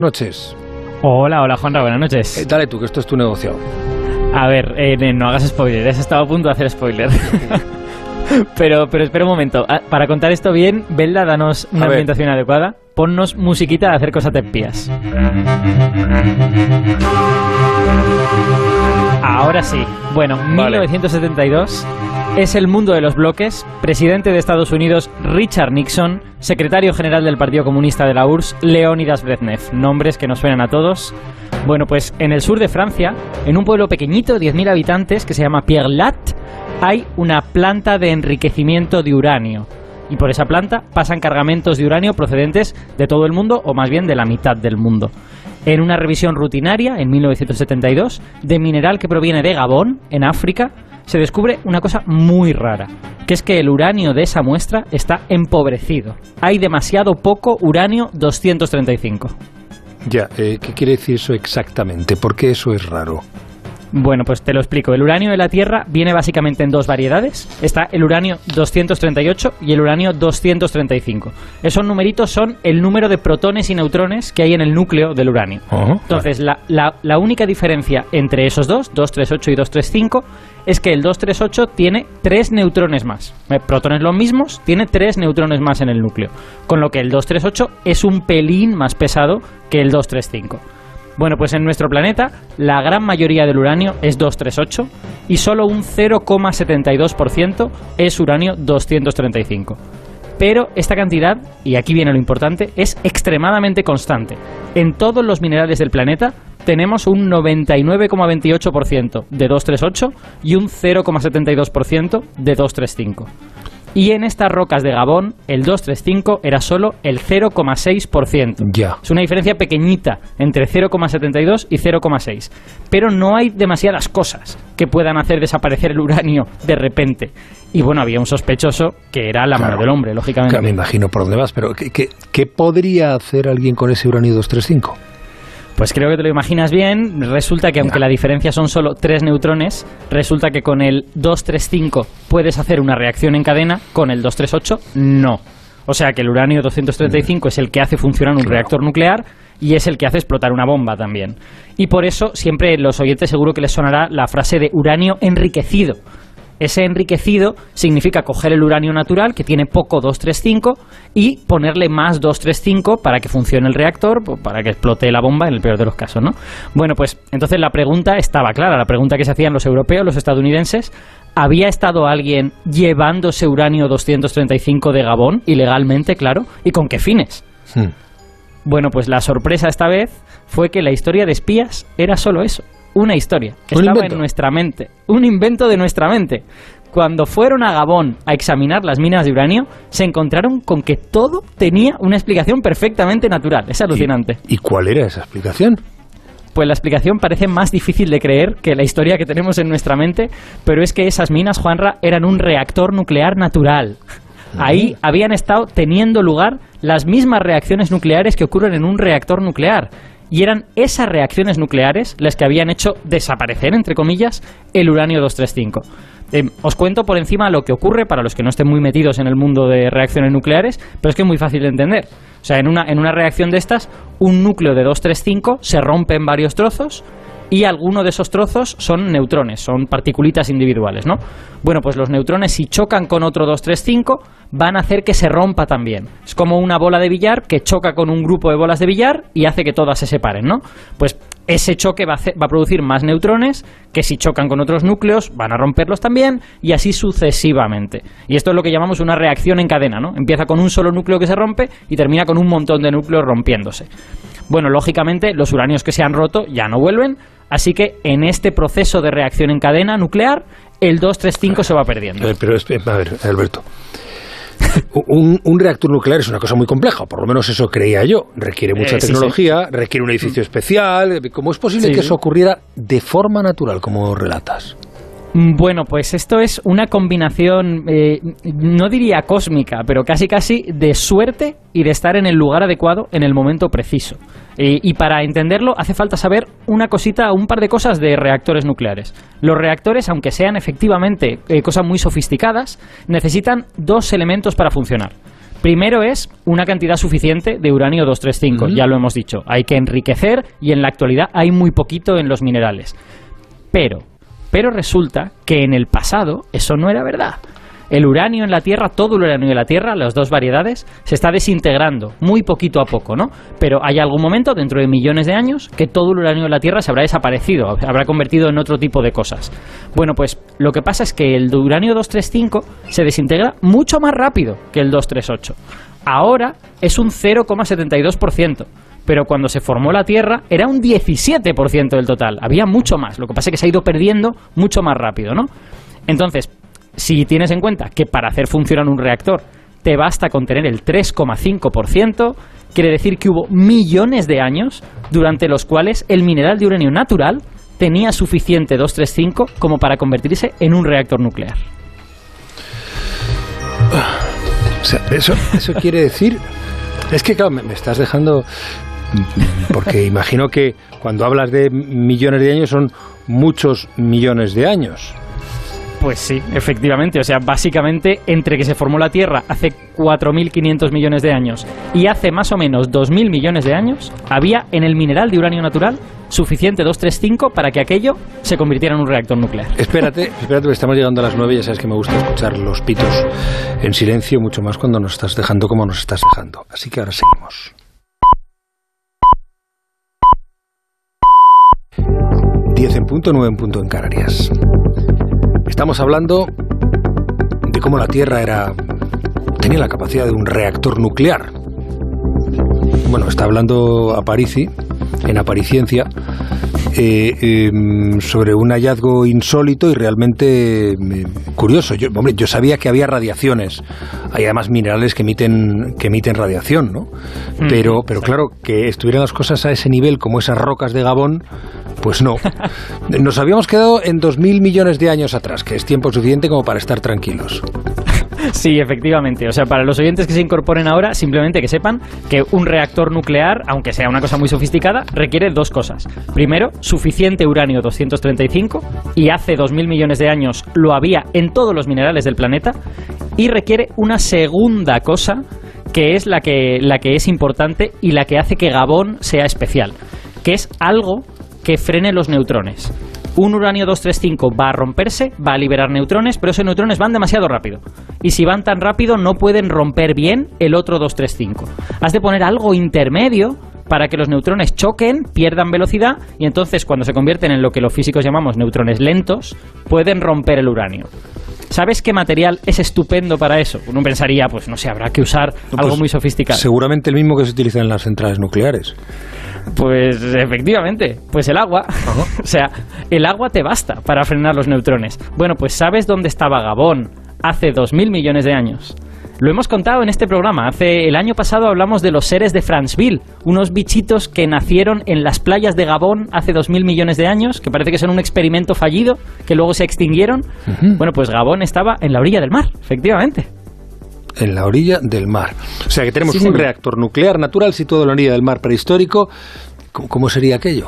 Noches. Hola, Juanra, buenas noches. Dale tú, que esto es tu negocio. A ver, no hagas spoiler, has estado a punto de hacer spoiler. pero espera un momento, para contar esto bien, Belda, danos una ambientación adecuada, ponnos musiquita de hacer cosas tempías. Ahora sí, bueno, vale. 1972... es el mundo de los bloques, presidente de Estados Unidos Richard Nixon, secretario general del Partido Comunista de la URSS Leónidas Brezhnev, nombres que nos suenan a todos. Bueno, pues en el sur de Francia, en un pueblo pequeñito, 10.000 habitantes, que se llama Pierre-Lat, hay una planta de enriquecimiento de uranio. Y por esa planta pasan cargamentos de uranio procedentes de todo el mundo, o más bien de la mitad del mundo. En una revisión rutinaria, en 1972, de mineral que proviene de Gabón, en África, se descubre una cosa muy rara, que es que el uranio de esa muestra está empobrecido. Hay demasiado poco uranio 235. Ya, ¿qué quiere decir eso exactamente? ¿Por qué eso es raro? Bueno, pues te lo explico. El uranio de la Tierra viene básicamente en dos variedades. Está el uranio 238 y el uranio 235. Esos numeritos son el número de protones y neutrones que hay en el núcleo del uranio. Entonces, la única diferencia entre esos dos, 238 y 235, es que el 238 tiene 3 neutrones más. Protones los mismos, tiene 3 neutrones más en el núcleo. Con lo que el 238 es un pelín más pesado que el 235. Bueno, pues en nuestro planeta la gran mayoría del uranio es 238 y solo un 0,72% es uranio 235. Pero esta cantidad, y aquí viene lo importante, es extremadamente constante. En todos los minerales del planeta tenemos un 99,28% de 238 y un 0,72% de 235. Y en estas rocas de Gabón, el 235 era solo el 0,6%. Ya. Es una diferencia pequeñita entre 0,72 y 0,6. Pero no hay demasiadas cosas que puedan hacer desaparecer el uranio de repente. Y bueno, había un sospechoso que era la mano del hombre, lógicamente. Claro, me imagino por dónde vas, pero ¿qué podría hacer alguien con ese uranio 235? Pues creo que te lo imaginas bien. Resulta que aunque la diferencia son solo 3 neutrones, resulta que con el 235 puedes hacer una reacción en cadena, con el 238 no. O sea que el uranio 235 es el que hace funcionar un reactor nuclear y es el que hace explotar una bomba también. Y por eso siempre los oyentes seguro que les sonará la frase de uranio enriquecido. Ese enriquecido significa coger el uranio natural, que tiene poco 235, y ponerle más 235 para que funcione el reactor, para que explote la bomba en el peor de los casos, ¿no? Bueno, pues entonces la pregunta estaba clara, la pregunta que se hacían los europeos, los estadounidenses: ¿había estado alguien llevándose uranio 235 de Gabón, ilegalmente, claro? ¿Y con qué fines? Bueno, pues la sorpresa esta vez fue que la historia de espías era solo eso. Una historia que estaba en nuestra mente, un invento de nuestra mente. Cuando fueron a Gabón a examinar las minas de uranio, se encontraron con que todo tenía una explicación perfectamente natural. Es alucinante. ¿Y cuál era esa explicación? Pues la explicación parece más difícil de creer que la historia que tenemos en nuestra mente, pero es que esas minas, Juanra, eran un reactor nuclear natural. Ahí habían estado teniendo lugar las mismas reacciones nucleares que ocurren en un reactor nuclear. Y eran esas reacciones nucleares las que habían hecho desaparecer, entre comillas, el uranio 235. Os cuento por encima lo que ocurre para los que no estén muy metidos en el mundo de reacciones nucleares, pero es que es muy fácil de entender. O sea, en una reacción de estas, un núcleo de 235 se rompe en varios trozos y alguno de esos trozos son neutrones, son particulitas individuales, ¿no? Bueno, pues los neutrones, si chocan con otro 235, van a hacer que se rompa también. Es como una bola de billar que choca con un grupo de bolas de billar y hace que todas se separen, ¿no? Pues ese choque va a producir más neutrones que, si chocan con otros núcleos, van a romperlos también, y así sucesivamente. Y esto es lo que llamamos una reacción en cadena, ¿no? Empieza con un solo núcleo que se rompe y termina con un montón de núcleos rompiéndose. Bueno, lógicamente, los uranios que se han roto ya no vuelven, así que en este proceso de reacción en cadena nuclear, el 235 se va perdiendo. Pero a ver, Alberto, un reactor nuclear es una cosa muy compleja, por lo menos eso creía yo. Requiere mucha tecnología, requiere un edificio especial. ¿Cómo es posible que eso ocurriera de forma natural, como relatas? Bueno, pues esto es una combinación, no diría cósmica, pero casi de suerte y de estar en el lugar adecuado en el momento preciso. Y para entenderlo hace falta saber un par de cosas de reactores nucleares. Los reactores, aunque sean efectivamente cosas muy sofisticadas, necesitan 2 elementos para funcionar. Primero es una cantidad suficiente de uranio 235, ya lo hemos dicho. Hay que enriquecer y en la actualidad hay muy poquito en los minerales. Pero resulta que en el pasado eso no era verdad. El uranio en la Tierra, todo el uranio de la Tierra, las dos variedades, se está desintegrando muy poquito a poco, ¿no? Pero hay algún momento, dentro de millones de años, que todo el uranio de la Tierra se habrá desaparecido, se habrá convertido en otro tipo de cosas. Bueno, pues lo que pasa es que el uranio 235 se desintegra mucho más rápido que el 238. Ahora es un 0,72%. Pero cuando se formó la Tierra era un 17% del total. Había mucho más. Lo que pasa es que se ha ido perdiendo mucho más rápido, ¿no? Entonces, si tienes en cuenta que para hacer funcionar un reactor te basta con tener el 3,5%, quiere decir que hubo millones de años durante los cuales el mineral de uranio natural tenía suficiente 235 como para convertirse en un reactor nuclear. O sea, eso quiere decir... Es que, claro, me estás dejando... Porque imagino que cuando hablas de millones de años son muchos millones de años. Pues sí, efectivamente. O sea, básicamente, entre que se formó la Tierra hace 4.500 millones de años y hace más o menos 2.000 millones de años, había en el mineral de uranio natural suficiente 235 para que aquello se convirtiera en un reactor nuclear. Espérate, porque estamos llegando a las 9 y ya sabes que me gusta escuchar los pitos en silencio, mucho más cuando nos estás dejando como nos estás dejando. Así que ahora seguimos. 10 en punto, 9 en punto en Canarias. Estamos hablando de cómo la Tierra tenía la capacidad de un reactor nuclear. Bueno, está hablando Aparici, en Apariciencia, sobre un hallazgo insólito y realmente curioso. Yo sabía que había radiaciones, hay además minerales que emiten radiación, ¿no? Pero claro, que estuvieran las cosas a ese nivel como esas rocas de Gabón, pues no. Nos habíamos quedado en 2.000 millones de años atrás, que es tiempo suficiente como para estar tranquilos. Sí, efectivamente. O sea, para los oyentes que se incorporen ahora, simplemente que sepan que un reactor nuclear, aunque sea una cosa muy sofisticada, requiere dos cosas. Primero, suficiente uranio 235, y hace 2.000 millones de años lo había en todos los minerales del planeta, y requiere una segunda cosa, que es la que es importante y la que hace que Gabón sea especial, que es algo que frene los neutrones. Un uranio 235 va a romperse, va a liberar neutrones, pero esos neutrones van demasiado rápido. Y si van tan rápido no pueden romper bien el otro 235. Has de poner algo intermedio para que los neutrones choquen, pierdan velocidad, y entonces cuando se convierten en lo que los físicos llamamos neutrones lentos, pueden romper el uranio. ¿Sabes qué material es estupendo para eso? Uno pensaría, pues no sé, habrá que usar algo muy sofisticado. Seguramente el mismo que se utiliza en las centrales nucleares. Pues efectivamente, pues el agua. O sea, el agua te basta para frenar los neutrones. Bueno, pues ¿sabes dónde estaba Gabón hace 2.000 millones de años? Lo hemos contado en este programa. El año pasado hablamos de los seres de Franceville, unos bichitos que nacieron en las playas de Gabón hace 2.000 millones de años, que parece que son un experimento fallido, que luego se extinguieron. Bueno, pues Gabón estaba en la orilla del mar, efectivamente. En la orilla del mar. O sea que tenemos un reactor nuclear natural situado en la orilla del mar prehistórico. ¿Cómo sería aquello?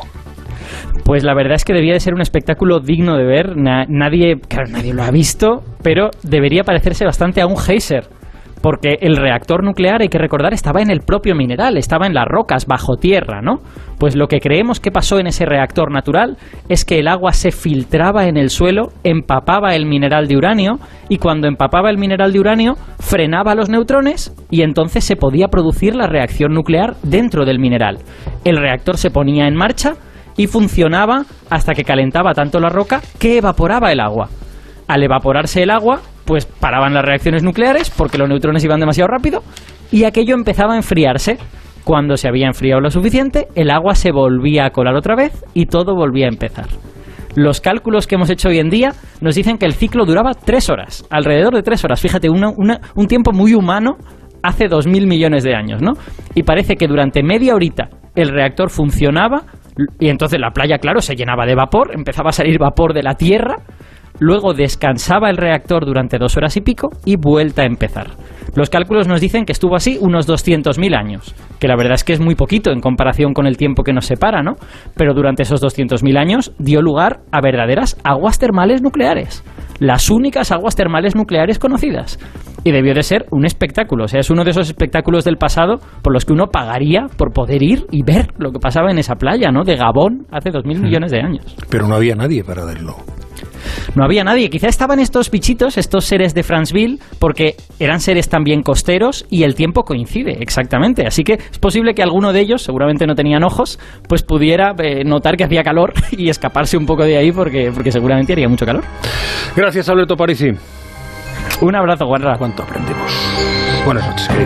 Pues la verdad es que debía de ser un espectáculo digno de ver. Nadie lo ha visto, pero debería parecerse bastante a un geyser. Porque el reactor nuclear, hay que recordar, estaba en el propio mineral, estaba en las rocas, bajo tierra, ¿no? Pues lo que creemos que pasó en ese reactor natural es que el agua se filtraba en el suelo, empapaba el mineral de uranio, y cuando empapaba el mineral de uranio, frenaba los neutrones, y entonces se podía producir la reacción nuclear dentro del mineral. El reactor se ponía en marcha y funcionaba hasta que calentaba tanto la roca que evaporaba el agua. Al evaporarse el agua, pues paraban las reacciones nucleares porque los neutrones iban demasiado rápido y aquello empezaba a enfriarse. Cuando se había enfriado lo suficiente, el agua se volvía a colar otra vez y todo volvía a empezar. Los cálculos que hemos hecho hoy en día nos dicen que el ciclo duraba 3 horas, alrededor de 3 horas. Fíjate, un tiempo muy humano hace 2.000 millones de años, ¿no? Y parece que durante media horita el reactor funcionaba y entonces la playa, claro, se llenaba de vapor, empezaba a salir vapor de la tierra. Luego descansaba el reactor durante 2 horas y pico y vuelta a empezar. Los cálculos nos dicen que estuvo así unos 200.000 años, que la verdad es que es muy poquito en comparación con el tiempo que nos separa, ¿no? Pero durante esos 200.000 años dio lugar a verdaderas aguas termales nucleares, las únicas aguas termales nucleares conocidas. Y debió de ser un espectáculo, o sea, es uno de esos espectáculos del pasado por los que uno pagaría por poder ir y ver lo que pasaba en esa playa, ¿no? De Gabón hace 2000 millones de años. Pero no había nadie para verlo. No había nadie. Quizá estaban estos bichitos, estos seres de Franceville, porque eran seres también costeros y el tiempo coincide exactamente. Así que es posible que alguno de ellos, seguramente no tenían ojos, pues pudiera notar que hacía calor y escaparse un poco de ahí porque seguramente haría mucho calor. Gracias, Alberto Parisi. Un abrazo, Juanra. ¿Cuánto aprendemos? Buenas noches, querido.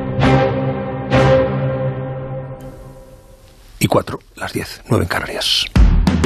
Y 4, las 10, 9 en Canarias.